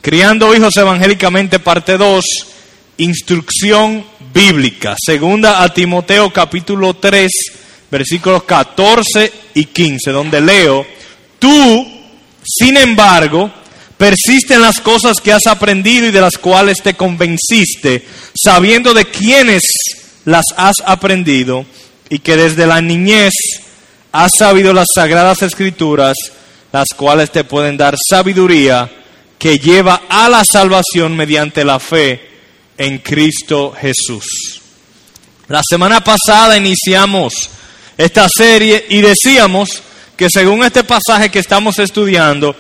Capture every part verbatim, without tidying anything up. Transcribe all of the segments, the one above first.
Criando hijos evangélicamente, parte dos, instrucción bíblica. Segunda a Timoteo capítulo tres, versículos catorce y quince, donde leo: tú, sin embargo, persiste en las cosas que has aprendido y de las cuales te convenciste, sabiendo de quiénes las has aprendido y que desde la niñez has sabido las sagradas escrituras, las cuales te pueden dar sabiduría que lleva a la salvación mediante la fe en Cristo Jesús. La semana pasada iniciamos esta serie y decíamos que según este pasaje que estamos estudiando,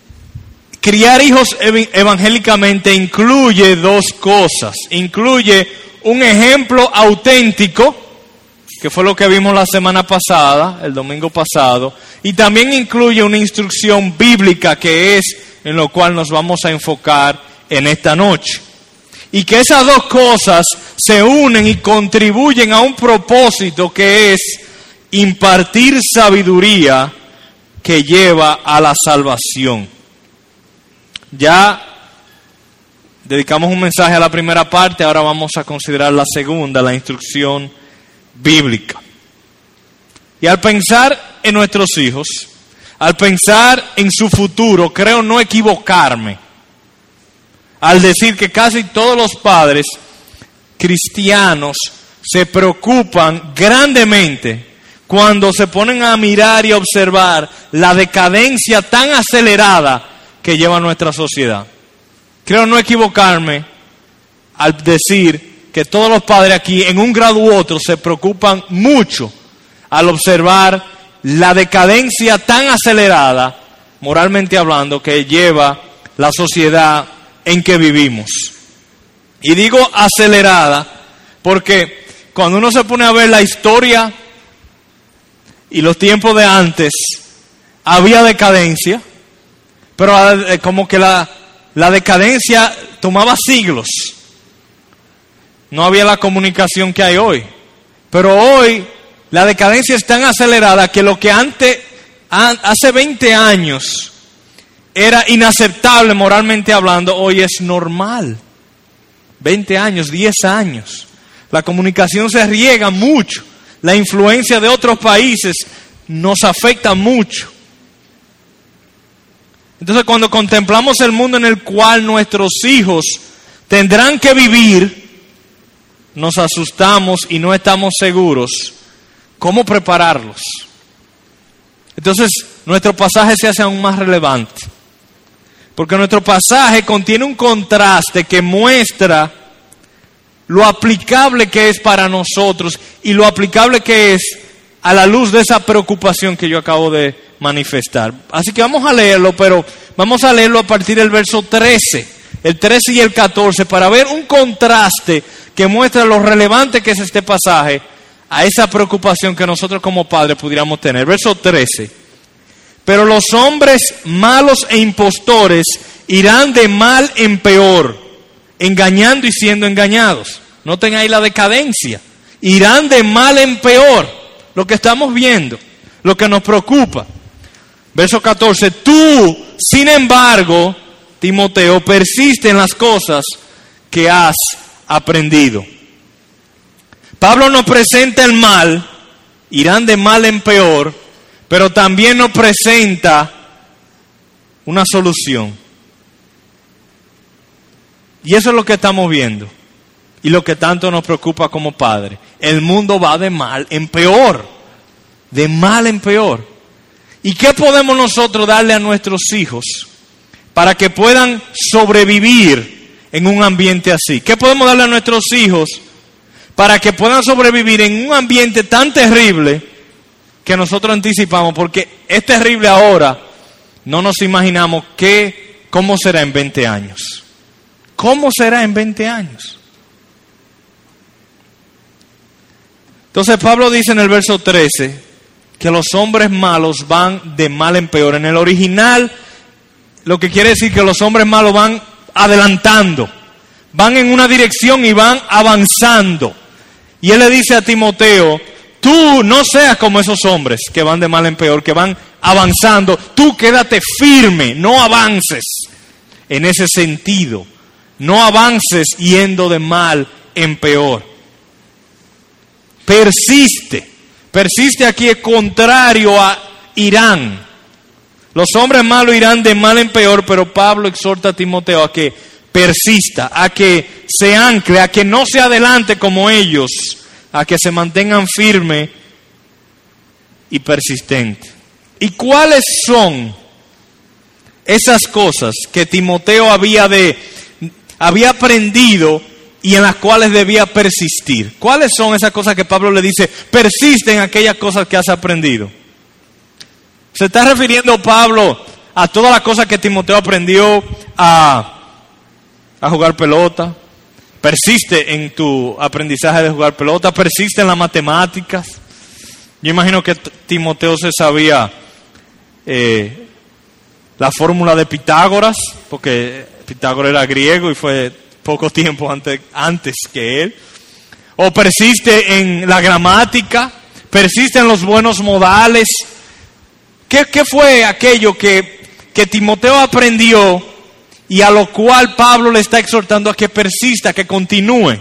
criar hijos ev- evangélicamente incluye dos cosas. Incluye un ejemplo auténtico, que fue lo que vimos la semana pasada, el domingo pasado, y también incluye una instrucción bíblica, que es en lo cual nos vamos a enfocar en esta noche. Y que esas dos cosas se unen y contribuyen a un propósito, que es impartir sabiduría que lleva a la salvación. Ya dedicamos un mensaje a la primera parte, ahora vamos a considerar la segunda, la instrucción bíblica. Y al pensar en nuestros hijos, al pensar en su futuro, creo no equivocarme al decir que casi todos los padres cristianos se preocupan grandemente cuando se ponen a mirar y a observar la decadencia tan acelerada que lleva nuestra sociedad. Creo no equivocarme al decir que todos los padres aquí, en un grado u otro, se preocupan mucho al observar la decadencia tan acelerada, moralmente hablando, que lleva la sociedad en que vivimos. Y digo acelerada porque cuando uno se pone a ver la historia y los tiempos de antes, había decadencia, pero como que la, la decadencia tomaba siglos. No había la comunicación que hay hoy. Pero hoy la decadencia es tan acelerada que lo que antes, hace veinte años, era inaceptable moralmente hablando, hoy es normal. veinte años, diez años. La comunicación se riega mucho. La influencia de otros países nos afecta mucho. Entonces, cuando contemplamos el mundo en el cual nuestros hijos tendrán que vivir, nos asustamos y no estamos seguros cómo prepararlos. Entonces, nuestro pasaje se hace aún más relevante, porque nuestro pasaje contiene un contraste que muestra lo aplicable que es para nosotros y lo aplicable que es a la luz de esa preocupación que yo acabo de manifestar. Así que vamos a leerlo, pero vamos a leerlo a partir del verso trece, el trece y el catorce, para ver un contraste que muestra lo relevante que es este pasaje a esa preocupación que nosotros como padres pudiéramos tener. Verso trece. Pero los hombres malos e impostores irán de mal en peor, engañando y siendo engañados. Noten ahí la decadencia. Irán de mal en peor. Lo que estamos viendo, lo que nos preocupa. Verso catorce. Tú, sin embargo, Timoteo, persiste en las cosas que has aprendido. Pablo nos presenta el mal, irán de mal en peor, pero también nos presenta una solución. Y eso es lo que estamos viendo y lo que tanto nos preocupa como padres. El mundo va de mal en peor, de mal en peor. ¿Y qué podemos nosotros darle a nuestros hijos para que puedan sobrevivir en un ambiente así? ¿Qué podemos darle a nuestros hijos para que puedan sobrevivir en un ambiente tan terrible que nosotros anticipamos? Porque es terrible ahora, no nos imaginamos qué, cómo será en veinte años. ¿Cómo será en veinte años? Entonces Pablo dice en el verso trece que los hombres malos van de mal en peor. En el original, lo que quiere decir que los hombres malos van adelantando, van en una dirección y van avanzando. Y él le dice a Timoteo, tú no seas como esos hombres que van de mal en peor, que van avanzando. Tú quédate firme, no avances. en ese sentido. No avances yendo de mal en peor. Persiste. Persiste aquí es contrario a Irán. Los hombres malos irán de mal en peor, pero Pablo exhorta a Timoteo a que persista, a que se ancle, a que no se adelante como ellos, a que se mantengan firme y persistente. ¿Y cuáles son esas cosas que Timoteo había de había aprendido y en las cuales debía persistir? ¿Cuáles son esas cosas que Pablo le dice? Persiste en aquellas cosas que has aprendido. ¿Se está refiriendo Pablo a todas las cosas que Timoteo aprendió a, a jugar pelota? Persiste en tu aprendizaje de jugar pelota, persiste en las matemáticas. Yo imagino que Timoteo se sabía eh, la fórmula de Pitágoras, porque Pitágoras era griego y fue poco tiempo antes, antes que él. O persiste en la gramática, persiste en los buenos modales. ¿Qué, qué fue aquello que, que Timoteo aprendió y a lo cual Pablo le está exhortando a que persista, que continúe?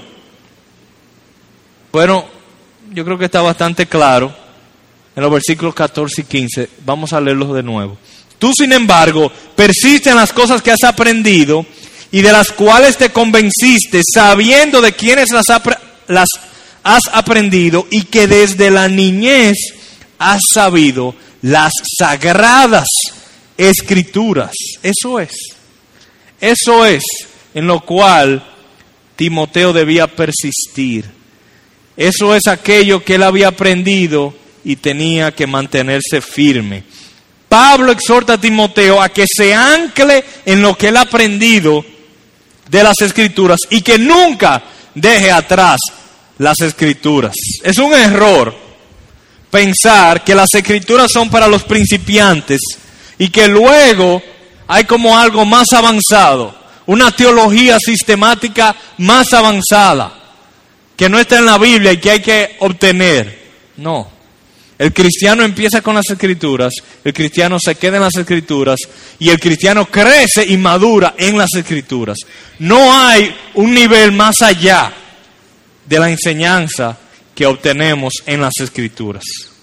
Bueno, yo creo que está bastante claro en los versículos catorce y quince. Vamos a leerlos de nuevo. Tú, sin embargo, persiste en las cosas que has aprendido y de las cuales te convenciste, sabiendo de quiénes las, apre- las has aprendido y que desde la niñez has sabido las sagradas escrituras. Eso es. Eso es en lo cual Timoteo debía persistir. Eso es aquello que él había aprendido y tenía que mantenerse firme. Pablo exhorta a Timoteo a que se ancle en lo que él ha aprendido de las Escrituras y que nunca deje atrás las Escrituras. Es un error pensar que las Escrituras son para los principiantes y que luego hay como algo más avanzado, una teología sistemática más avanzada, que no está en la Biblia y que hay que obtener. No. El cristiano empieza con las Escrituras, el cristiano se queda en las Escrituras y el cristiano crece y madura en las Escrituras. No hay un nivel más allá de la enseñanza que obtenemos en las Escrituras.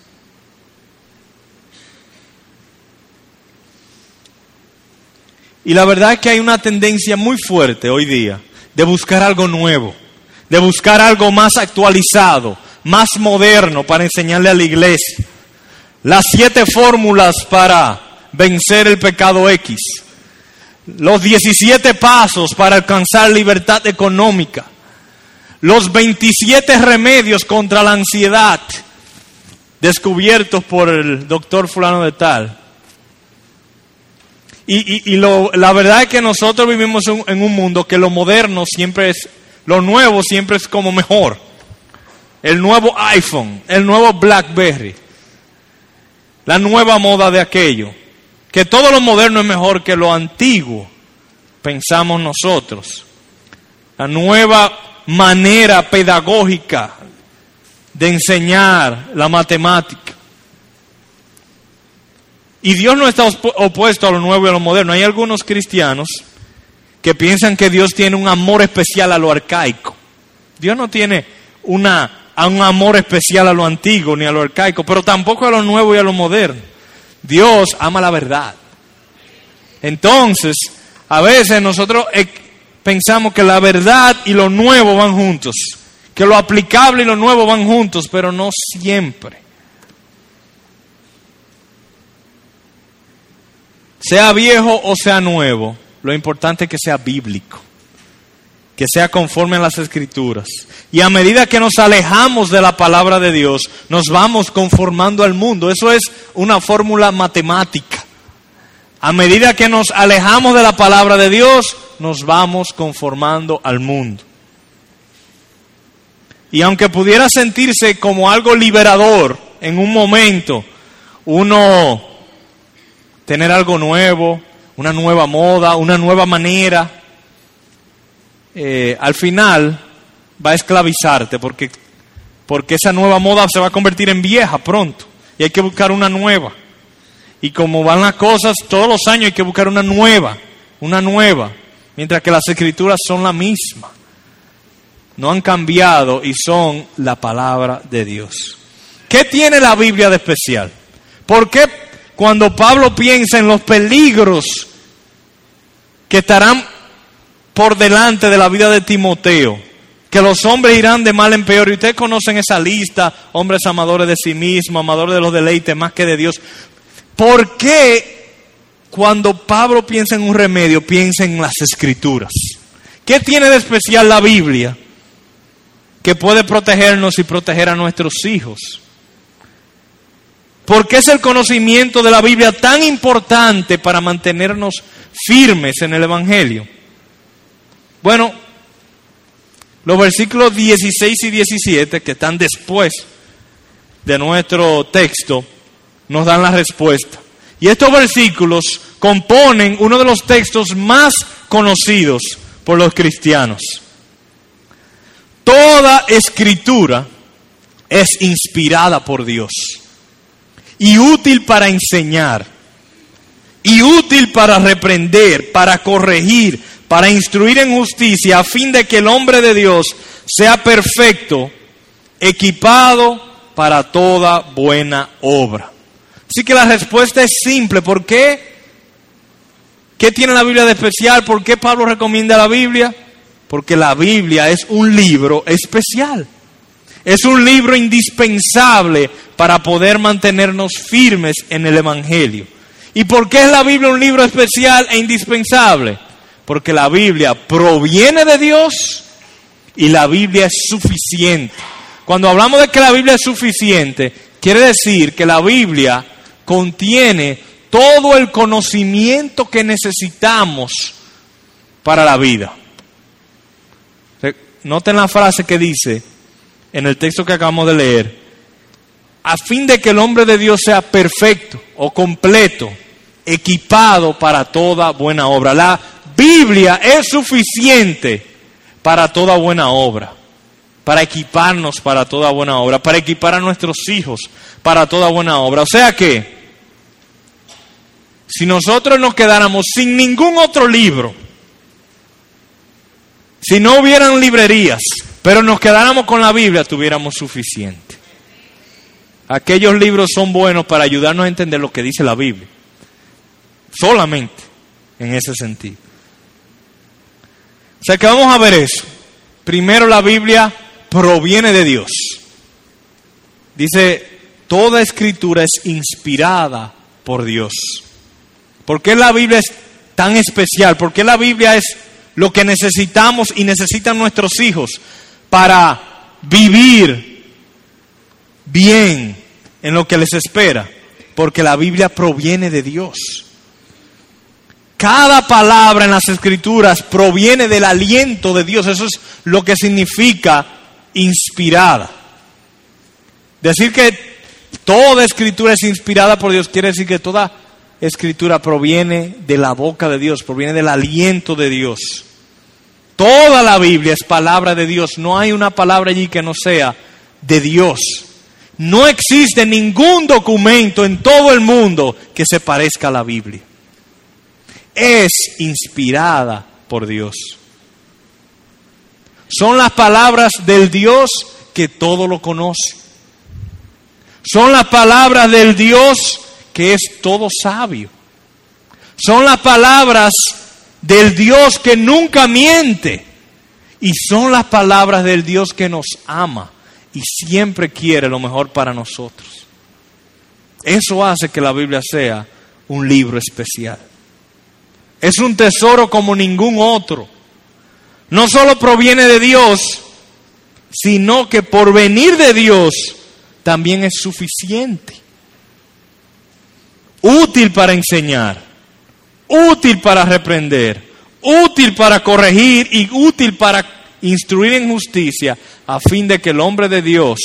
Y la verdad es que hay una tendencia muy fuerte hoy día de buscar algo nuevo, de buscar algo más actualizado, más moderno para enseñarle a la iglesia. Las siete fórmulas para vencer el pecado X. Los diecisiete pasos para alcanzar libertad económica. Los veintisiete remedios contra la ansiedad descubiertos por el doctor fulano de tal. Y, y, y lo, la verdad es que nosotros vivimos en, en un mundo que lo moderno siempre es, lo nuevo siempre es como mejor. El nuevo iPhone, el nuevo BlackBerry, la nueva moda de aquello. Que todo lo moderno es mejor que lo antiguo, pensamos nosotros. La nueva manera pedagógica de enseñar la matemática. Y Dios no está opuesto a lo nuevo y a lo moderno. Hay algunos cristianos que piensan que Dios tiene un amor especial a lo arcaico. Dios no tiene una... a un amor especial a lo antiguo ni a lo arcaico, pero tampoco a lo nuevo y a lo moderno. Dios ama la verdad. Entonces, a veces nosotros pensamos que la verdad y lo nuevo van juntos, que lo aplicable y lo nuevo van juntos, pero no siempre. Sea viejo o sea nuevo, lo importante es que sea bíblico, que sea conforme a las Escrituras. Y a medida que nos alejamos de la palabra de Dios, nos vamos conformando al mundo. Eso es una fórmula matemática. A medida que nos alejamos de la palabra de Dios, nos vamos conformando al mundo. Y aunque pudiera sentirse como algo liberador en un momento, uno tener algo nuevo, una nueva moda, una nueva manera, Eh, al final va a esclavizarte porque, porque esa nueva moda se va a convertir en vieja pronto y hay que buscar una nueva. Y como van las cosas, todos los años hay que buscar una nueva, una nueva, mientras que las Escrituras son la misma. No han cambiado y son la palabra de Dios. ¿Qué tiene la Biblia de especial? ¿Por qué cuando Pablo piensa en los peligros que estarán por delante de la vida de Timoteo, que los hombres irán de mal en peor, y ustedes conocen esa lista, hombres amadores de sí mismos, amadores de los deleites más que de Dios? ¿Por qué cuando Pablo piensa en un remedio, piensa en las Escrituras? ¿Qué tiene de especial la Biblia que puede protegernos y proteger a nuestros hijos? ¿Por qué es el conocimiento de la Biblia tan importante para mantenernos firmes en el Evangelio? Bueno, los versículos dieciséis y diecisiete, que están después de nuestro texto, nos dan la respuesta. Y estos versículos componen uno de los textos más conocidos por los cristianos. Toda escritura es inspirada por Dios y útil para enseñar, y útil para reprender, para corregir, para instruir en justicia, a fin de que el hombre de Dios sea perfecto, equipado para toda buena obra. Así que la respuesta es simple. ¿Por qué? ¿Qué tiene la Biblia de especial? ¿Por qué Pablo recomienda la Biblia? Porque la Biblia es un libro especial. Es un libro indispensable para poder mantenernos firmes en el Evangelio. ¿Y por qué es la Biblia un libro especial e indispensable? Porque la Biblia proviene de Dios y la Biblia es suficiente. Cuando hablamos de que la Biblia es suficiente, quiere decir que la Biblia contiene todo el conocimiento que necesitamos para la vida. Noten la frase que dice en el texto que acabamos de leer: a fin de que el hombre de Dios sea perfecto o completo, equipado para toda buena obra. La Biblia es suficiente para toda buena obra, para equiparnos para toda buena obra, para equipar a nuestros hijos para toda buena obra. O sea que, si nosotros nos quedáramos sin ningún otro libro, si no hubieran librerías, pero nos quedáramos con la Biblia, tuviéramos suficiente. Aquellos libros son buenos para ayudarnos a entender lo que dice la Biblia. Solamente en ese sentido. O sea que vamos a ver eso. Primero, la Biblia proviene de Dios. Dice, toda escritura es inspirada por Dios. ¿Por qué la Biblia es tan especial? ¿Por qué la Biblia es lo que necesitamos y necesitan nuestros hijos para vivir bien en lo que les espera? Porque la Biblia proviene de Dios. Cada palabra en las Escrituras proviene del aliento de Dios. Eso es lo que significa inspirada. Decir que toda Escritura es inspirada por Dios quiere decir que toda Escritura proviene de la boca de Dios, proviene del aliento de Dios. Toda la Biblia es palabra de Dios. No hay una palabra allí que no sea de Dios. No existe ningún documento en todo el mundo que se parezca a la Biblia. Es inspirada por Dios. Son las palabras del Dios que todo lo conoce. Son las palabras del Dios que es todo sabio. Son las palabras del Dios que nunca miente. Y son las palabras del Dios que nos ama y siempre quiere lo mejor para nosotros. Eso hace que la Biblia sea un libro especial. Es un tesoro como ningún otro. No solo proviene de Dios, sino que por venir de Dios también es suficiente. Útil para enseñar, útil para reprender, útil para corregir y útil para instruir en justicia, a fin de que el hombre de Dios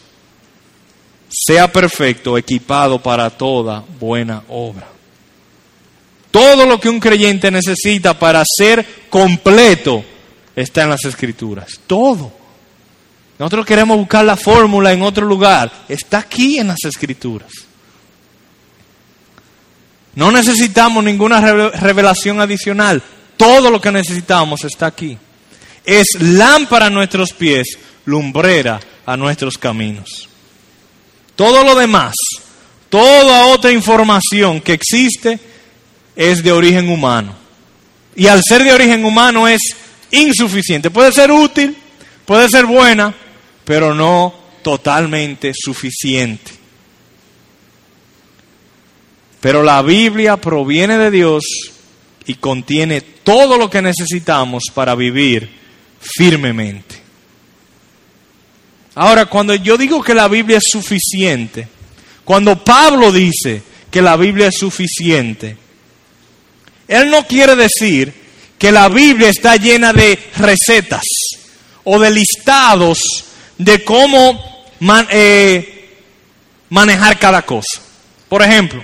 sea perfecto, equipado para toda buena obra. Todo lo que un creyente necesita para ser completo está en las Escrituras. Todo. Nosotros queremos buscar la fórmula en otro lugar. Está aquí en las Escrituras. No necesitamos ninguna revelación adicional. Todo lo que necesitamos está aquí. Es lámpara a nuestros pies, lumbrera a nuestros caminos. Todo lo demás, toda otra información que existe es de origen humano. Y al ser de origen humano es insuficiente. Puede ser útil, puede ser buena, pero no totalmente suficiente. Pero la Biblia proviene de Dios y contiene todo lo que necesitamos para vivir firmemente. Ahora, cuando yo digo que la Biblia es suficiente, cuando Pablo dice que la Biblia es suficiente, él no quiere decir que la Biblia está llena de recetas o de listados de cómo man, eh, manejar cada cosa. Por ejemplo,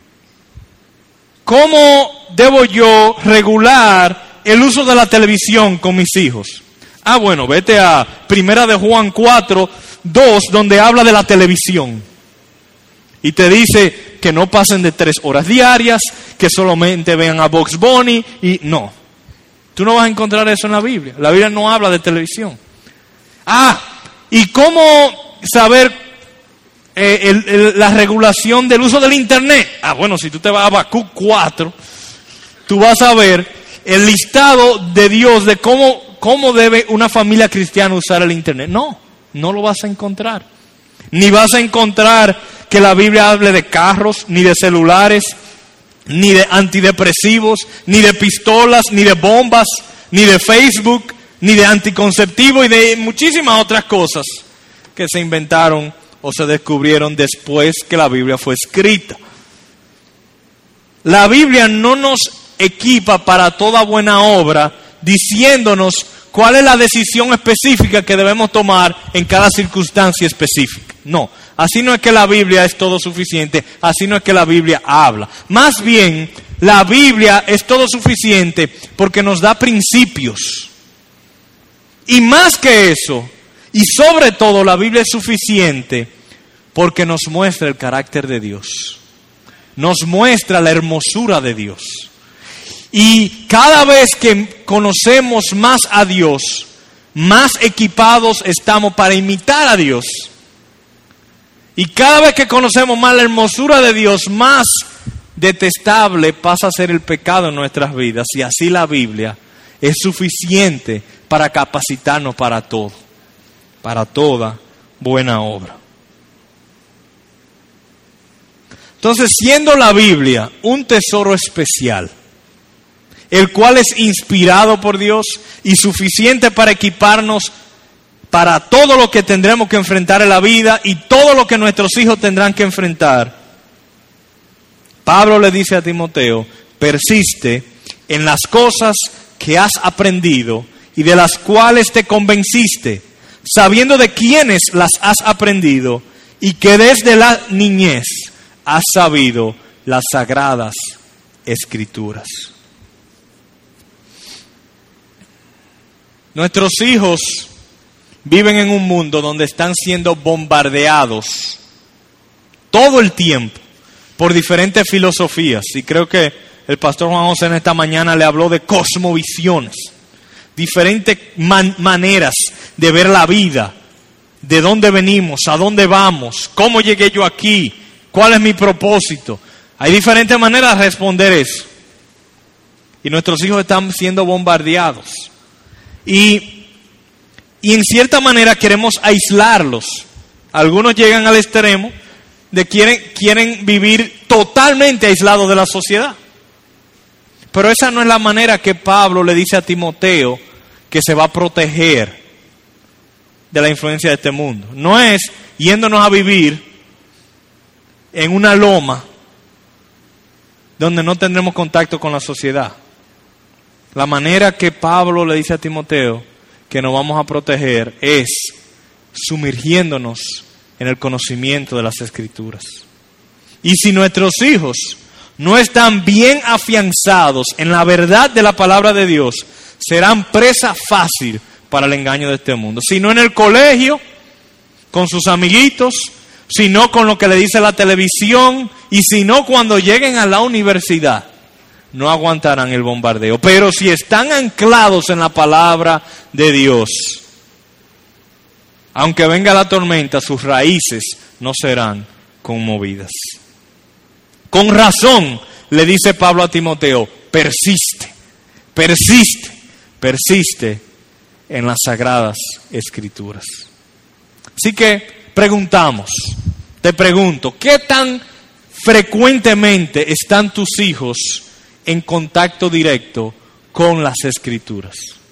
¿cómo debo yo regular el uso de la televisión con mis hijos? Ah, bueno, vete a Primera de Juan cuatro, dos, donde habla de la televisión. Y te dice que no pasen de tres horas diarias, que solamente vean a Bugs Bunny, y no. Tú no vas a encontrar eso en la Biblia. La Biblia no habla de televisión. Ah, ¿y cómo saber eh, el, el, la regulación del uso del Internet? Ah, bueno, si tú te vas a Habacuc cuatro, tú vas a ver el listado de Dios de cómo, cómo debe una familia cristiana usar el Internet. No, no lo vas a encontrar. Ni vas a encontrar que la Biblia hable de carros, ni de celulares, ni de antidepresivos, ni de pistolas, ni de bombas, ni de Facebook, ni de anticonceptivos y de muchísimas otras cosas que se inventaron o se descubrieron después que la Biblia fue escrita. La Biblia no nos equipa para toda buena obra diciéndonos cuál es la decisión específica que debemos tomar en cada circunstancia específica. No, así no es que la Biblia es todo suficiente, así no es que la Biblia habla. Más bien, la Biblia es todo suficiente porque nos da principios. Y más que eso, y sobre todo la Biblia es suficiente porque nos muestra el carácter de Dios. Nos muestra la hermosura de Dios. Y cada vez que conocemos más a Dios, más equipados estamos para imitar a Dios. Y cada vez que conocemos más la hermosura de Dios, más detestable pasa a ser el pecado en nuestras vidas. Y así la Biblia es suficiente para capacitarnos para todo, para toda buena obra. Entonces, siendo la Biblia un tesoro especial, el cual es inspirado por Dios y suficiente para equiparnos para todo lo que tendremos que enfrentar en la vida y todo lo que nuestros hijos tendrán que enfrentar, Pablo le dice a Timoteo: persiste en las cosas que has aprendido y de las cuales te convenciste, sabiendo de quiénes las has aprendido y que desde la niñez has sabido las sagradas Escrituras. Nuestros hijos viven en un mundo donde están siendo bombardeados todo el tiempo por diferentes filosofías. Y creo que el pastor Juan José en esta mañana le habló de cosmovisiones, diferentes man- maneras de ver la vida, de dónde venimos, a dónde vamos, cómo llegué yo aquí, cuál es mi propósito. Hay diferentes maneras de responder eso. Y nuestros hijos están siendo bombardeados. Y, y en cierta manera queremos aislarlos. Algunos llegan al extremo de quieren, quieren vivir totalmente aislados de la sociedad. Pero esa no es la manera que Pablo le dice a Timoteo que se va a proteger de la influencia de este mundo. No es yéndonos a vivir en una loma donde no tendremos contacto con la sociedad. La manera que Pablo le dice a Timoteo que nos vamos a proteger es sumergiéndonos en el conocimiento de las Escrituras. Y si nuestros hijos no están bien afianzados en la verdad de la palabra de Dios, serán presa fácil para el engaño de este mundo. Si no en el colegio, con sus amiguitos, sino con lo que le dice la televisión y si no, cuando lleguen a la universidad, no aguantarán el bombardeo. Pero si están anclados en la palabra de Dios, aunque venga la tormenta, sus raíces no serán conmovidas. Con razón le dice Pablo a Timoteo, persiste, persiste, persiste en las sagradas escrituras. Así que preguntamos, te pregunto, ¿qué tan frecuentemente están tus hijos en contacto directo con las escrituras?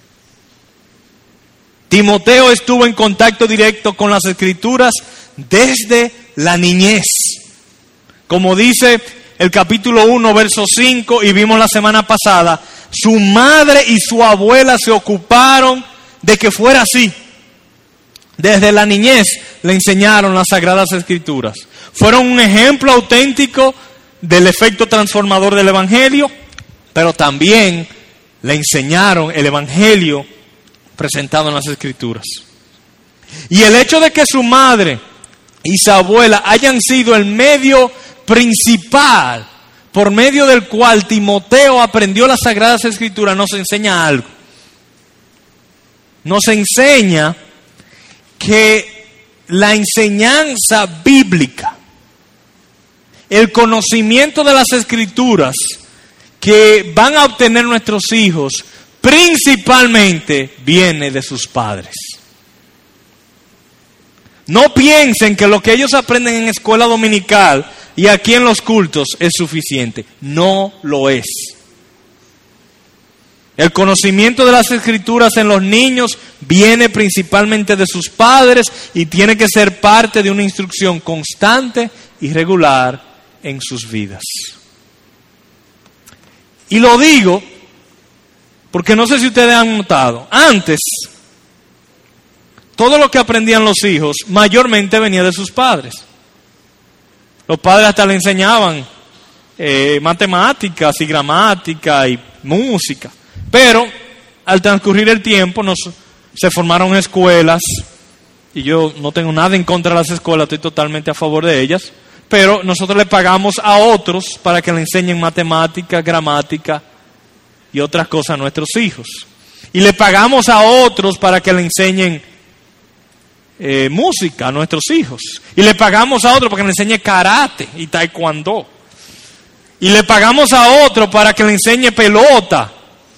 Timoteo estuvo en contacto directo con las escrituras desde la niñez. Como dice el capítulo uno, verso cinco, y vimos la semana pasada, su madre y su abuela se ocuparon de que fuera así. Desde la niñez le enseñaron las sagradas escrituras. Fueron un ejemplo auténtico del efecto transformador del evangelio, pero también le enseñaron el evangelio presentado en las escrituras. Y el hecho de que su madre y su abuela hayan sido el medio principal por medio del cual Timoteo aprendió las sagradas escrituras nos enseña algo. Nos enseña que la enseñanza bíblica, el conocimiento de las escrituras que van a obtener nuestros hijos, principalmente viene de sus padres. No piensen que lo que ellos aprenden en escuela dominical y aquí en los cultos es suficiente. No lo es. El conocimiento de las escrituras en los niños viene principalmente de sus padres y tiene que ser parte de una instrucción constante y regular en sus vidas. Y lo digo porque no sé si ustedes han notado, antes todo lo que aprendían los hijos mayormente venía de sus padres. Los padres hasta le enseñaban eh, matemáticas y gramática y música. Pero al transcurrir el tiempo nos, se formaron escuelas, y yo no tengo nada en contra de las escuelas, estoy totalmente a favor de ellas, pero nosotros le pagamos a otros para que le enseñen matemática, gramática y otras cosas a nuestros hijos. Y le pagamos a otros para que le enseñen eh, música a nuestros hijos. Y le pagamos a otros para que le enseñe karate y taekwondo. Y le pagamos a otro para que le enseñe pelota.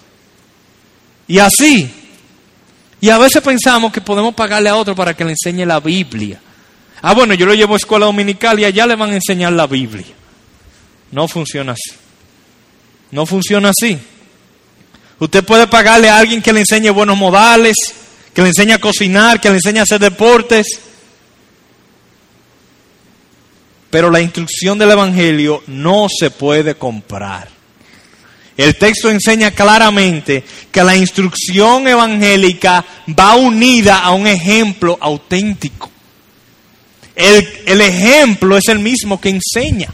Y así. Y a veces pensamos que podemos pagarle a otro para que le enseñe la Biblia. Ah, bueno, yo lo llevo a escuela dominical y allá le van a enseñar la Biblia. No funciona así. No funciona así. Usted puede pagarle a alguien que le enseñe buenos modales, que le enseñe a cocinar, que le enseñe a hacer deportes. Pero la instrucción del evangelio no se puede comprar. El texto enseña claramente que la instrucción evangélica va unida a un ejemplo auténtico. El, el ejemplo es el mismo que enseña.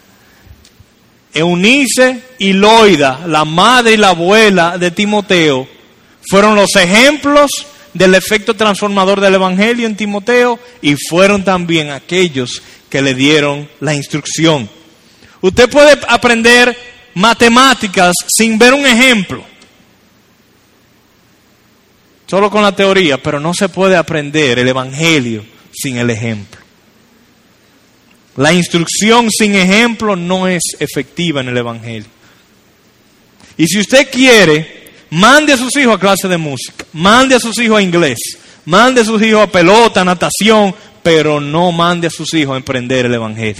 Eunice y Loida, la madre y la abuela de Timoteo, fueron los ejemplos del efecto transformador del evangelio en Timoteo y fueron también aquellos que le dieron la instrucción. Usted puede aprender matemáticas sin ver un ejemplo, solo con la teoría, pero no se puede aprender el evangelio sin el ejemplo. La instrucción sin ejemplo no es efectiva en el evangelio. Y si usted quiere, mande a sus hijos a clase de música, mande a sus hijos a inglés, mande a sus hijos a pelota, natación, pero no mande a sus hijos a emprender el evangelio.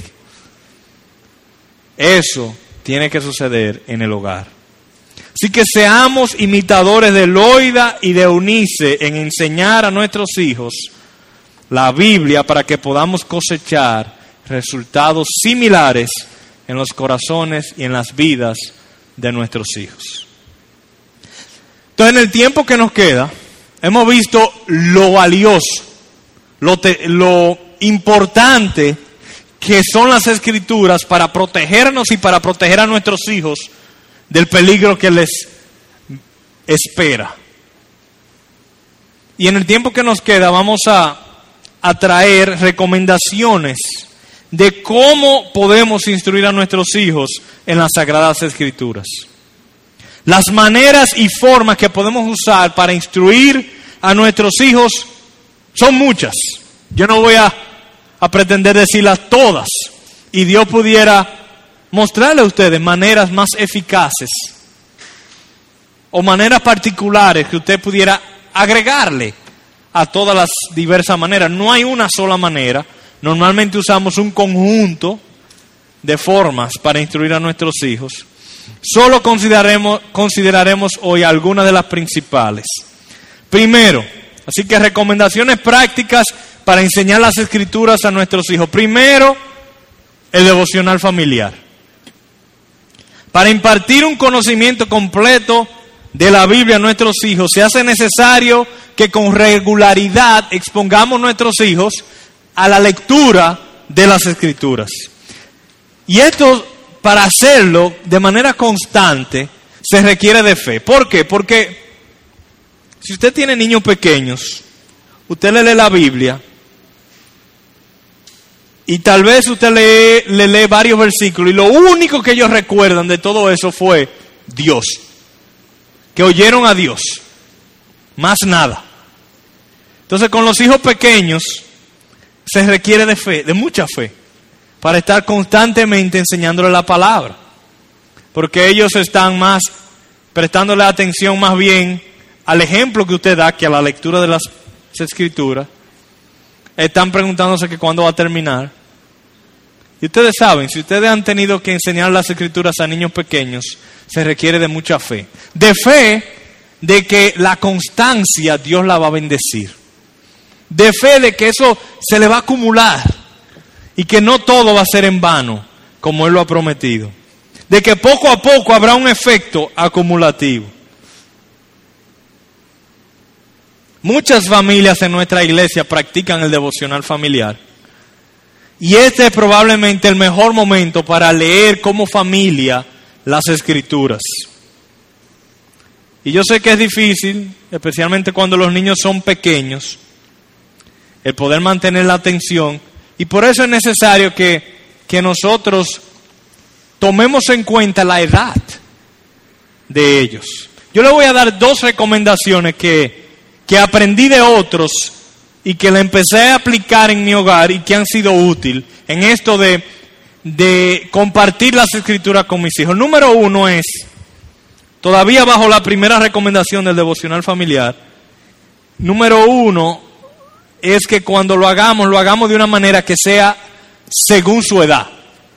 Eso tiene que suceder en el hogar. Así que seamos imitadores de Loida y de Eunice en enseñar a nuestros hijos la Biblia para que podamos cosechar resultados similares en los corazones y en las vidas de nuestros hijos. Entonces, en el tiempo que nos queda, hemos visto lo valioso, lo, te, lo importante que son las escrituras para protegernos y para proteger a nuestros hijos del peligro que les espera. Y en el tiempo que nos queda vamos a, a traer recomendaciones de cómo podemos instruir a nuestros hijos en las Sagradas Escrituras. Las maneras y formas que podemos usar para instruir a nuestros hijos son muchas. Yo no voy a, a pretender decirlas todas. Y Dios pudiera mostrarle a ustedes maneras más eficaces o maneras particulares que usted pudiera agregarle a todas las diversas maneras. No hay una sola manera. Normalmente usamos un conjunto de formas para instruir a nuestros hijos. Solo consideraremos, consideraremos hoy algunas de las principales. Primero, así que recomendaciones prácticas para enseñar las Escrituras a nuestros hijos. Primero, el devocional familiar. Para impartir un conocimiento completo de la Biblia a nuestros hijos, se hace necesario que con regularidad expongamos a nuestros hijos a la lectura de las Escrituras. Y esto, para hacerlo de manera constante, se requiere de fe. ¿Por qué? Porque si usted tiene niños pequeños, usted le lee la Biblia y tal vez usted lee, le lee varios versículos y lo único que ellos recuerdan de todo eso fue Dios, que oyeron a Dios, más nada. Entonces, con los hijos pequeños se requiere de fe, de mucha fe, para estar constantemente enseñándole la palabra, porque ellos están más prestándole atención más bien al ejemplo que usted da que a la lectura de las Escrituras. Están preguntándose que cuándo va a terminar. Y ustedes saben, si ustedes han tenido que enseñar las Escrituras a niños pequeños, se requiere de mucha fe. De fe de que la constancia Dios la va a bendecir. De fe de que eso se le va a acumular y que no todo va a ser en vano, como Él lo ha prometido. De que poco a poco habrá un efecto acumulativo. Muchas familias en nuestra iglesia practican el devocional familiar. Y este es probablemente el mejor momento para leer como familia las Escrituras. Y yo sé que es difícil, especialmente cuando los niños son pequeños, el poder mantener la atención. Y por eso es necesario que, que nosotros tomemos en cuenta la edad de ellos. Yo le voy a dar dos recomendaciones que, que aprendí de otros y que la empecé a aplicar en mi hogar y que han sido útiles en esto de, de compartir las Escrituras con mis hijos. Número uno es, todavía bajo la primera recomendación del devocional familiar, número uno es que cuando lo hagamos, lo hagamos de una manera que sea según su edad.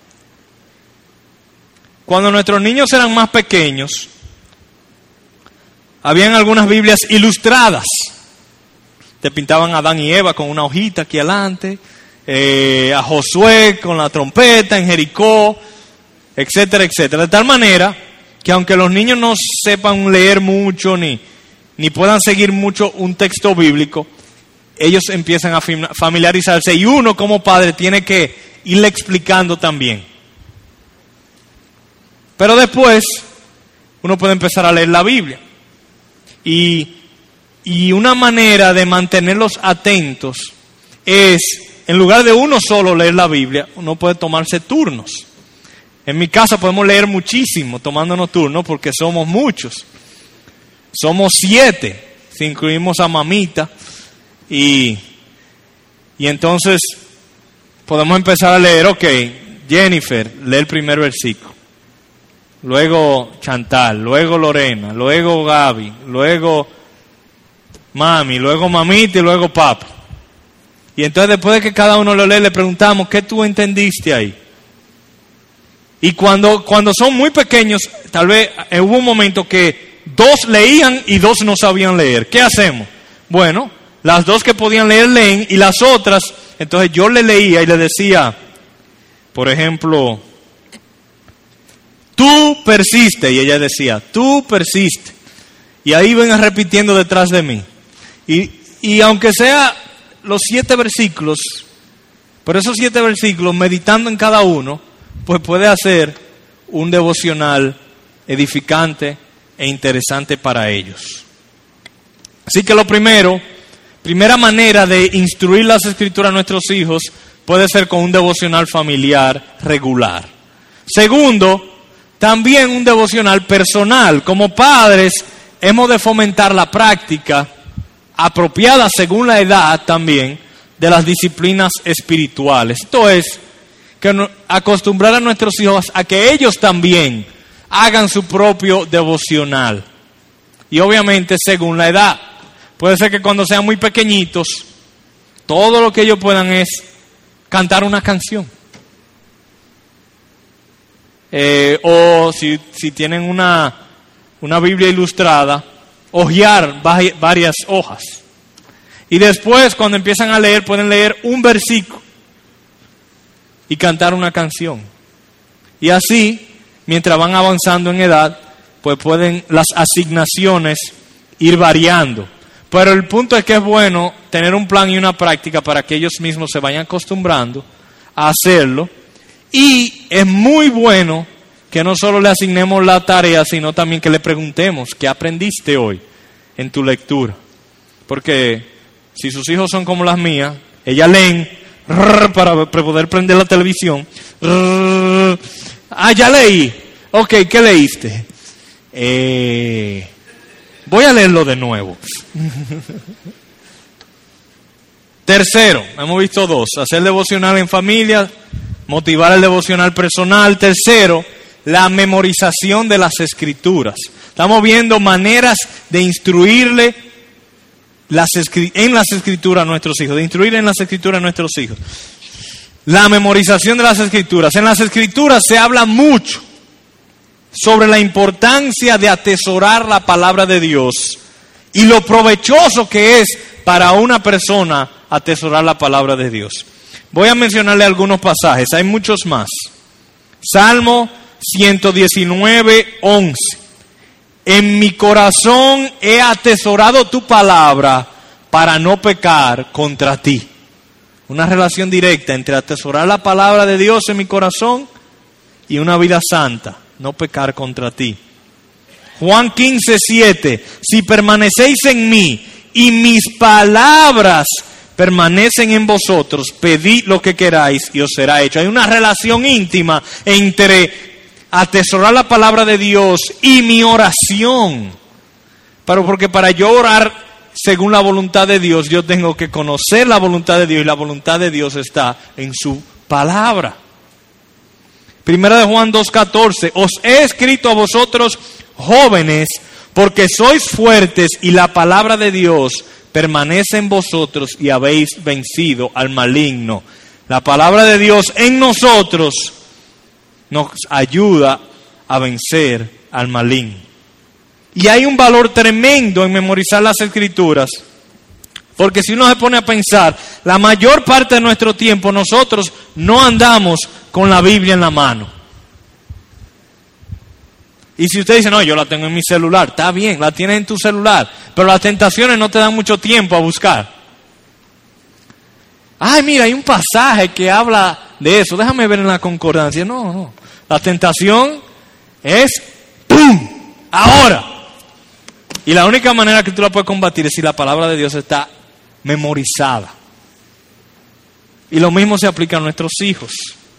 Cuando nuestros niños eran más pequeños, habían algunas Biblias ilustradas. Te pintaban a Adán y Eva con una hojita aquí adelante, eh, a Josué con la trompeta en Jericó, etcétera, etcétera. De tal manera que aunque los niños no sepan leer mucho ni, ni puedan seguir mucho un texto bíblico, ellos empiezan a familiarizarse y uno como padre tiene que irle explicando también. Pero después uno puede empezar a leer la Biblia. Y, y una manera de mantenerlos atentos es, en lugar de uno solo leer la Biblia, uno puede tomarse turnos. En mi casa podemos leer muchísimo tomándonos turnos porque somos muchos. Somos siete, si incluimos a mamita. Y, y entonces podemos empezar a leer, ok, Jennifer, lee el primer versículo. Luego Chantal, luego Lorena, luego Gaby, luego mami, luego mamita y luego papi. Y entonces después de que cada uno lo lee, le preguntamos, ¿qué tú entendiste ahí? Y cuando, cuando son muy pequeños, tal vez eh, hubo un momento que dos leían y dos no sabían leer. ¿Qué hacemos? Bueno, las dos que podían leer, leen, y las otras, entonces yo le leía y le decía, por ejemplo, tú persiste, y ella decía, tú persiste. Y ahí iban repitiendo detrás de mí. Y, y aunque sea los siete versículos, por esos siete versículos, meditando en cada uno, pues puede hacer un devocional edificante e interesante para ellos. Así que lo primero, primera manera de instruir las Escrituras a nuestros hijos, puede ser con un devocional familiar regular. Segundo, también un devocional personal. Como padres, hemos de fomentar la práctica apropiada según la edad también de las disciplinas espirituales. Esto es, que acostumbrar a nuestros hijos a que ellos también hagan su propio devocional. Y obviamente según la edad. Puede ser que cuando sean muy pequeñitos, todo lo que ellos puedan es cantar una canción. Eh, o si, si tienen una, una Biblia ilustrada, hojear varias hojas. Y después, cuando empiezan a leer, pueden leer un versículo y cantar una canción. Y así, mientras van avanzando en edad, pues pueden las asignaciones ir variando. Pero el punto es que es bueno tener un plan y una práctica para que ellos mismos se vayan acostumbrando a hacerlo. Y es muy bueno que no solo le asignemos la tarea, sino también que le preguntemos qué aprendiste hoy en tu lectura. Porque si sus hijos son como las mías, ellas leen para poder prender la televisión. Ah, ya leí. Ok, ¿qué leíste? Eh, voy a leerlo de nuevo. Tercero, hemos visto dos: hacer devocional en familia, motivar el devocional personal. Tercero, la memorización de las Escrituras. Estamos viendo maneras de instruirle las escri- en las Escrituras a nuestros hijos, de instruir en las Escrituras a nuestros hijos. La memorización de las Escrituras. En las Escrituras se habla mucho sobre la importancia de atesorar la palabra de Dios y lo provechoso que es para una persona atesorar la palabra de Dios. Voy a mencionarle algunos pasajes, hay muchos más. Salmo ciento diecinueve, once. En mi corazón he atesorado tu palabra para no pecar contra ti. Una relación directa entre atesorar la palabra de Dios en mi corazón y una vida santa, no pecar contra ti. Juan quince, siete. Si permanecéis en mí y mis palabras permanecen en vosotros, pedid lo que queráis y os será hecho. Hay una relación íntima entre atesorar la palabra de Dios y mi oración. Pero porque para yo orar según la voluntad de Dios, yo tengo que conocer la voluntad de Dios, y la voluntad de Dios está en su palabra. Primera de Juan dos, catorce. Os he escrito a vosotros jóvenes, porque sois fuertes y la palabra de Dios permanece en vosotros y habéis vencido al maligno. La palabra de Dios en nosotros nos ayuda a vencer al maligno. Y hay un valor tremendo en memorizar las Escrituras, porque si uno se pone a pensar, la mayor parte de nuestro tiempo nosotros no andamos con la Biblia en la mano. Y si usted dice, no, yo la tengo en mi celular, está bien, la tienes en tu celular, pero las tentaciones no te dan mucho tiempo a buscar. Ay, mira, hay un pasaje que habla de eso, déjame ver en la concordancia. No, no, la tentación es ¡pum! Ahora. Y la única manera que tú la puedes combatir es si la palabra de Dios está memorizada. Y lo mismo se aplica a nuestros hijos.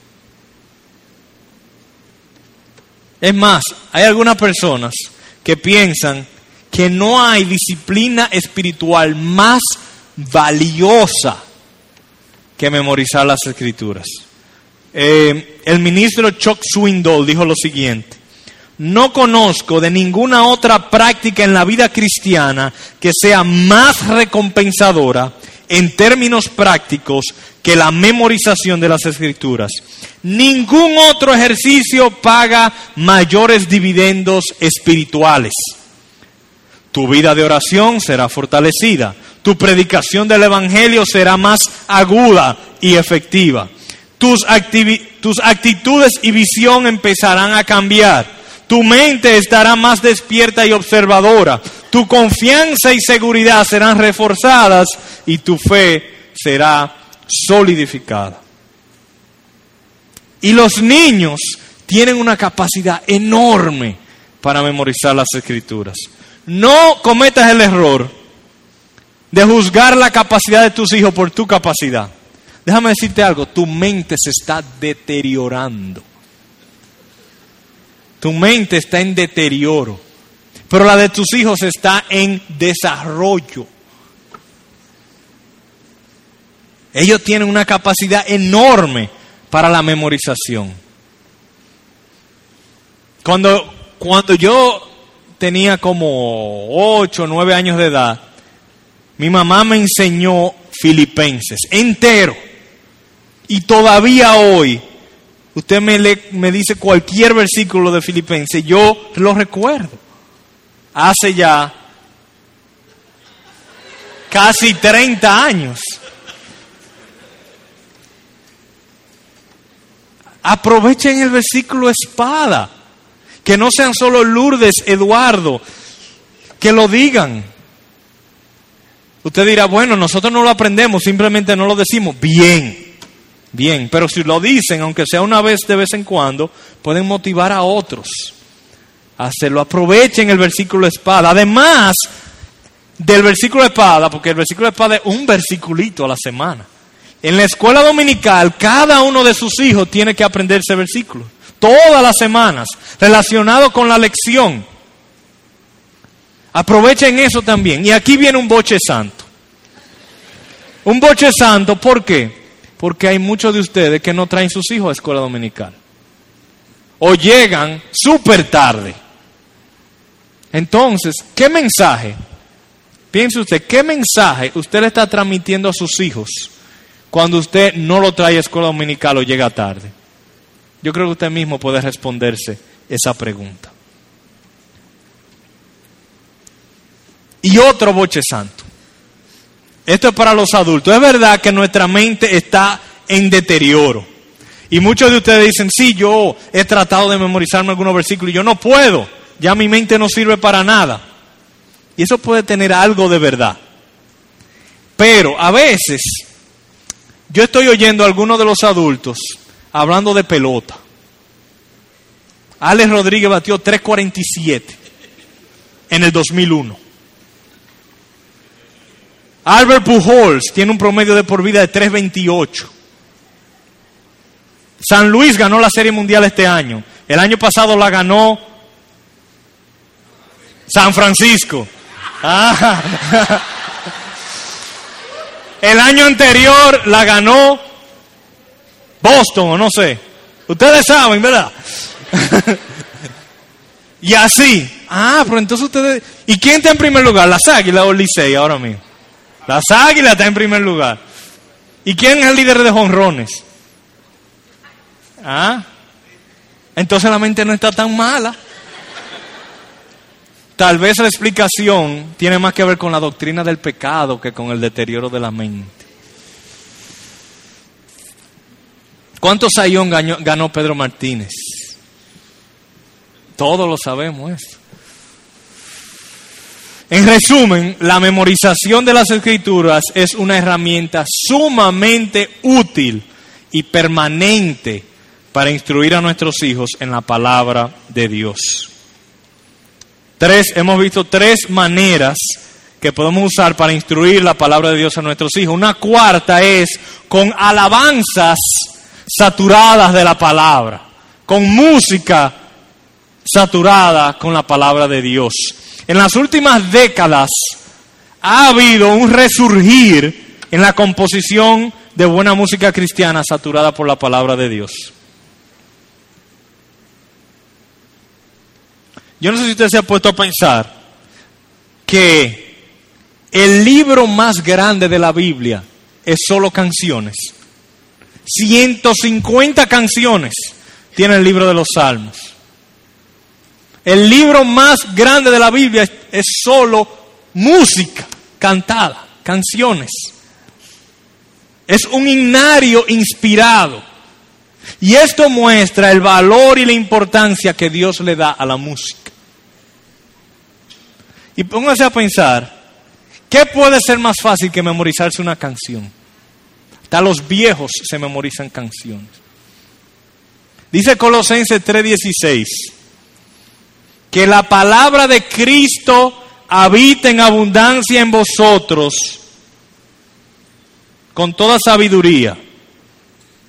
Es más, hay algunas personas que piensan que no hay disciplina espiritual más valiosa que memorizar las Escrituras. Eh, el ministro Chuck Swindoll dijo lo siguiente: no conozco de ninguna otra práctica en la vida cristiana que sea más recompensadora en términos prácticos que la memorización de las Escrituras. Ningún otro ejercicio paga mayores dividendos espirituales. Tu vida de oración será fortalecida. Tu predicación del Evangelio será más aguda y efectiva. Tus, activi- tus actitudes y visión empezarán a cambiar. Tu mente estará más despierta y observadora. Tu confianza y seguridad serán reforzadas y tu fe será solidificada. Y los niños tienen una capacidad enorme para memorizar las Escrituras. No cometas el error de juzgar la capacidad de tus hijos por tu capacidad. déjame decirte algo, tu mente se está deteriorando. Tu mente está en deterioro, pero la de tus hijos está en desarrollo. Ellos tienen una capacidad enorme para la memorización. Cuando, cuando yo tenía como ocho o nueve años de edad, mi mamá me enseñó Filipenses entero. Y todavía hoy, usted me, le, me dice cualquier versículo de Filipenses, yo lo recuerdo. Hace ya casi treinta años. Aprovechen el versículo espada. Que no sean solo Lourdes, Eduardo, que lo digan. Usted dirá, bueno, nosotros no lo aprendemos, simplemente no lo decimos. Bien, bien, pero si lo dicen, aunque sea una vez de vez en cuando, pueden motivar a otros a hacerlo. Aprovechen el versículo espada. Además del versículo espada, porque el versículo espada es un versiculito a la semana. En la escuela dominical, cada uno de sus hijos tiene que aprender ese versículo. Todas las semanas, relacionado con la lección. Aprovechen eso también. Y aquí viene un boche santo. Un boche santo, ¿por qué? Porque hay muchos de ustedes que no traen sus hijos a escuela dominical. O llegan súper tarde. Entonces, ¿qué mensaje? Piense usted, ¿qué mensaje usted le está transmitiendo a sus hijos cuando usted no lo trae a escuela dominical o llega tarde? Yo creo que usted mismo puede responderse esa pregunta. Y otro boche santo. Esto es para los adultos. Es verdad que nuestra mente está en deterioro. Y muchos de ustedes dicen, sí, yo he tratado de memorizarme algunos versículos y yo no puedo. Ya mi mente no sirve para nada. Y eso puede tener algo de verdad. Pero a veces yo estoy oyendo a algunos de los adultos hablando de pelota. Alex Rodríguez batió tres cuarenta y siete en el dos mil uno. Albert Pujols tiene un promedio de por vida de tres veintiocho. San Luis ganó la Serie Mundial este año. El año pasado la ganó San Francisco. Ah. El año anterior la ganó Boston, o no sé. Ustedes saben, ¿verdad? Y así. Ah, pero entonces ustedes... ¿Y quién está en primer lugar? ¿Las Águilas o el Licey ahora mismo? Las Águilas están en primer lugar. ¿Y quién es el líder de jonrones? Ah. Entonces la mente no está tan mala. Tal vez la explicación tiene más que ver con la doctrina del pecado que con el deterioro de la mente. ¿Cuántos sayón ganó, ganó Pedro Martínez? Todos lo sabemos eso. En resumen, la memorización de las Escrituras es una herramienta sumamente útil y permanente para instruir a nuestros hijos en la palabra de Dios. Tres, hemos visto tres maneras que podemos usar para instruir la palabra de Dios a nuestros hijos. Una cuarta es con alabanzas saturadas de la palabra, con música saturada con la palabra de Dios. En las últimas décadas ha habido un resurgir en la composición de buena música cristiana saturada por la palabra de Dios. Yo no sé si usted se ha puesto a pensar que el libro más grande de la Biblia es solo canciones. ciento cincuenta canciones tiene el libro de los Salmos. El libro más grande de la Biblia es, es solo música cantada, canciones. Es un himnario inspirado. Y esto muestra el valor y la importancia que Dios le da a la música. Y póngase a pensar, ¿qué puede ser más fácil que memorizarse una canción? Hasta los viejos se memorizan canciones. Dice Colosenses tres dieciséis, que la palabra de Cristo habita en abundancia en vosotros, con toda sabiduría.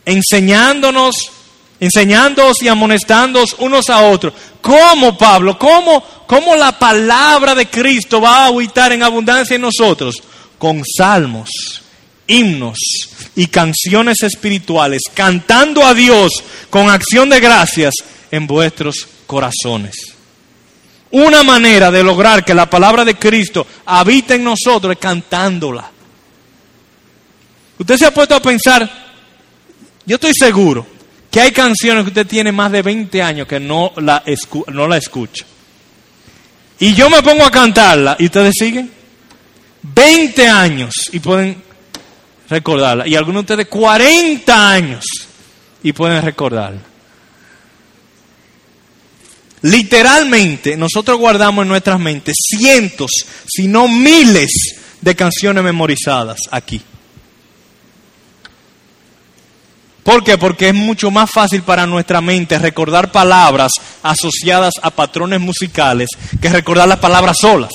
enseñándonos, enseñándoos y amonestándoos unos a otros. ¿Cómo, Pablo? ¿Cómo, cómo la palabra de Cristo va a habitar en abundancia en nosotros? Con salmos, himnos y canciones espirituales, cantando a Dios con acción de gracias en vuestros corazones. Una manera de lograr que la palabra de Cristo habite en nosotros es cantándola. Usted se ha puesto a pensar, yo estoy seguro que hay canciones que usted tiene más de veinte años que no la, escu- no la escucha. Y yo me pongo a cantarla y ustedes siguen. veinte años y pueden recordarla. Y algunos de ustedes cuarenta años y pueden recordarla. Literalmente, nosotros guardamos en nuestras mentes cientos, si no miles de canciones memorizadas aquí. ¿Por qué? Porque es mucho más fácil para nuestra mente recordar palabras asociadas a patrones musicales que recordar las palabras solas.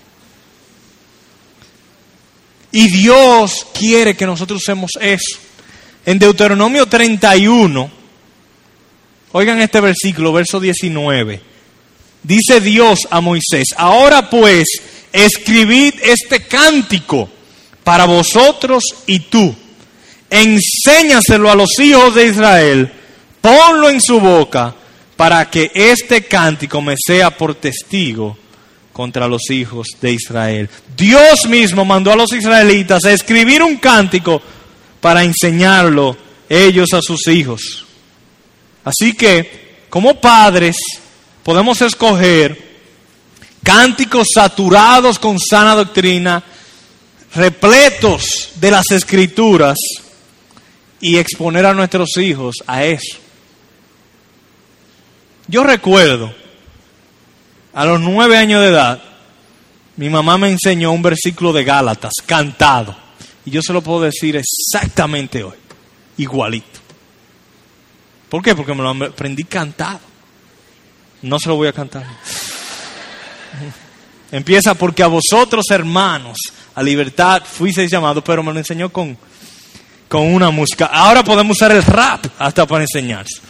Y Dios quiere que nosotros usemos eso. En Deuteronomio treinta y uno, oigan este versículo, verso diecinueve. Dice Dios a Moisés: ahora pues, escribid este cántico para vosotros y tú. Enséñaselo a los hijos de Israel, ponlo en su boca, para que este cántico me sea por testigo contra los hijos de Israel. Dios mismo mandó a los israelitas a escribir un cántico para enseñarlo ellos a sus hijos. Así que, como padres, podemos escoger cánticos saturados con sana doctrina, repletos de las Escrituras, y exponer a nuestros hijos a eso. Yo recuerdo, a los nueve años de edad, mi mamá me enseñó un versículo de Gálatas, cantado. Y yo se lo puedo decir exactamente hoy, igualito. ¿Por qué? Porque me lo aprendí cantado. No se lo voy a cantar. Empieza: porque a vosotros, hermanos, a libertad fuisteis llamados, pero me lo enseñó con, con una música. Ahora podemos usar el rap hasta para enseñarse.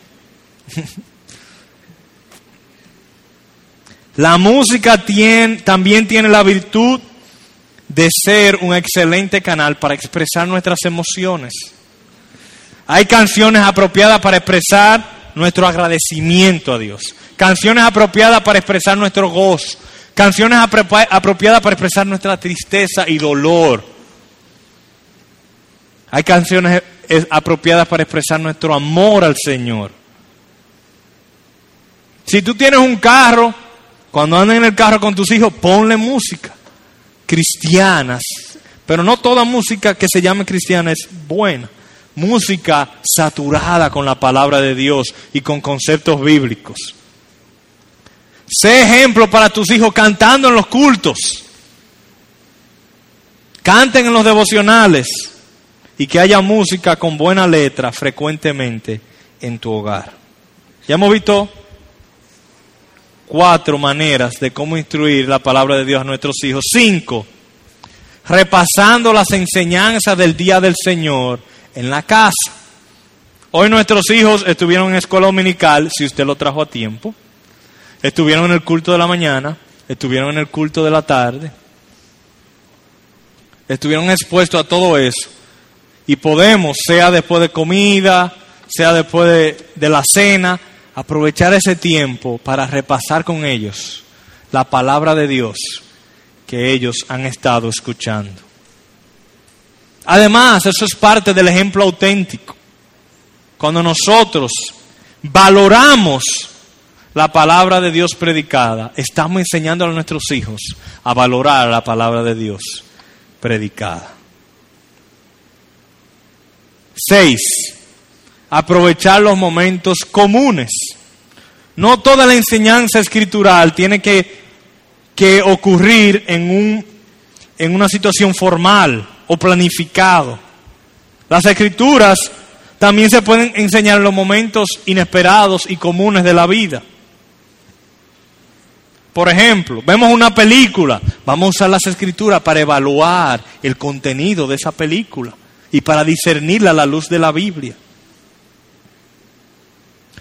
La música tiene, también tiene la virtud de ser un excelente canal para expresar nuestras emociones. Hay canciones apropiadas para expresar nuestro agradecimiento a Dios. Canciones apropiadas para expresar nuestro gozo. Canciones apro- apropiadas para expresar nuestra tristeza y dolor. Hay canciones apropiadas para expresar nuestro amor al Señor. Si tú tienes un carro, cuando andas en el carro con tus hijos, ponle música cristianas. Pero no toda música que se llame cristiana es buena. Música saturada con la palabra de Dios y con conceptos bíblicos. Sé ejemplo para tus hijos cantando en los cultos. Canten en los devocionales. Y que haya música con buena letra frecuentemente en tu hogar. Ya hemos visto cuatro maneras de cómo instruir la palabra de Dios a nuestros hijos. Cinco, repasando las enseñanzas del día del Señor en la casa. Hoy nuestros hijos estuvieron en escuela dominical, si usted lo trajo a tiempo. Estuvieron en el culto de la mañana, estuvieron en el culto de la tarde. Estuvieron expuestos a todo eso. Y podemos, sea después de comida, sea después de, de la cena, aprovechar ese tiempo para repasar con ellos la palabra de Dios que ellos han estado escuchando. Además, eso es parte del ejemplo auténtico. Cuando nosotros valoramos la palabra de Dios predicada, estamos enseñando a nuestros hijos a valorar la palabra de Dios predicada. Seis, aprovechar los momentos comunes. No toda la enseñanza escritural tiene que, que ocurrir en, un, en una situación formal o planificado. Las escrituras también se pueden enseñar en los momentos inesperados y comunes de la vida. Por ejemplo, vemos una película, vamos a usar las escrituras para evaluar el contenido de esa película y para discernirla a la luz de la Biblia.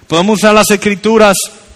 Podemos usar las Escrituras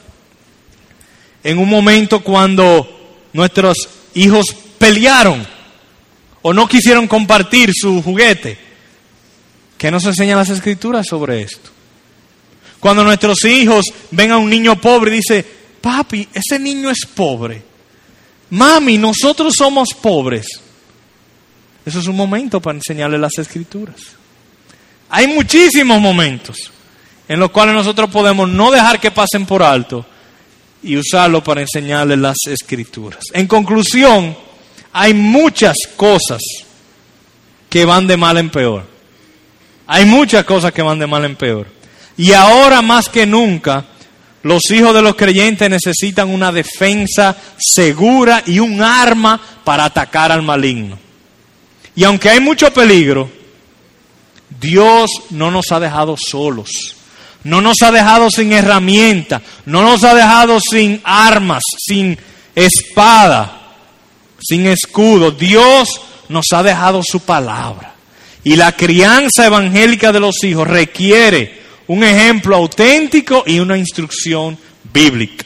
en un momento cuando nuestros hijos pelearon o no quisieron compartir su juguete. ¿Qué nos enseñan las Escrituras sobre esto? Cuando nuestros hijos ven a un niño pobre y dicen, papi, ese niño es pobre. Mami, nosotros somos pobres. Eso es un momento para enseñarle las Escrituras. Hay muchísimos momentos en los cuales nosotros podemos no dejar que pasen por alto y usarlo para enseñarles las Escrituras. En conclusión, hay muchas cosas que van de mal en peor. Hay muchas cosas que van de mal en peor. Y ahora más que nunca, los hijos de los creyentes necesitan una defensa segura y un arma para atacar al maligno. Y aunque hay mucho peligro, Dios no nos ha dejado solos. No nos ha dejado sin herramientas, no nos ha dejado sin armas, sin espada, sin escudo. Dios nos ha dejado su palabra. Y la crianza evangélica de los hijos requiere un ejemplo auténtico y una instrucción bíblica.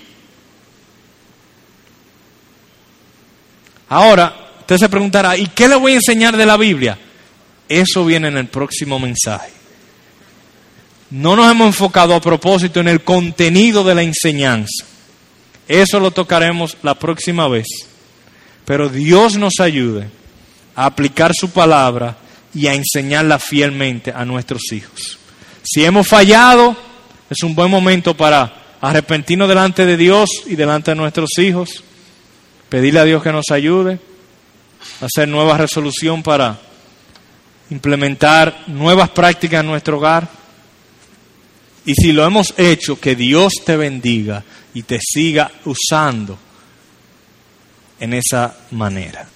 Ahora, usted se preguntará, ¿y qué le voy a enseñar de la Biblia? Eso viene en el próximo mensaje. No nos hemos enfocado a propósito en el contenido de la enseñanza. Eso lo tocaremos la próxima vez. Pero Dios nos ayude a aplicar su palabra y a enseñarla fielmente a nuestros hijos. Si hemos fallado, es un buen momento para arrepentirnos delante de Dios y delante de nuestros hijos. Pedirle a Dios que nos ayude a hacer nueva resolución para implementar nuevas prácticas en nuestro hogar. Y si lo hemos hecho, que Dios te bendiga y te siga usando en esa manera.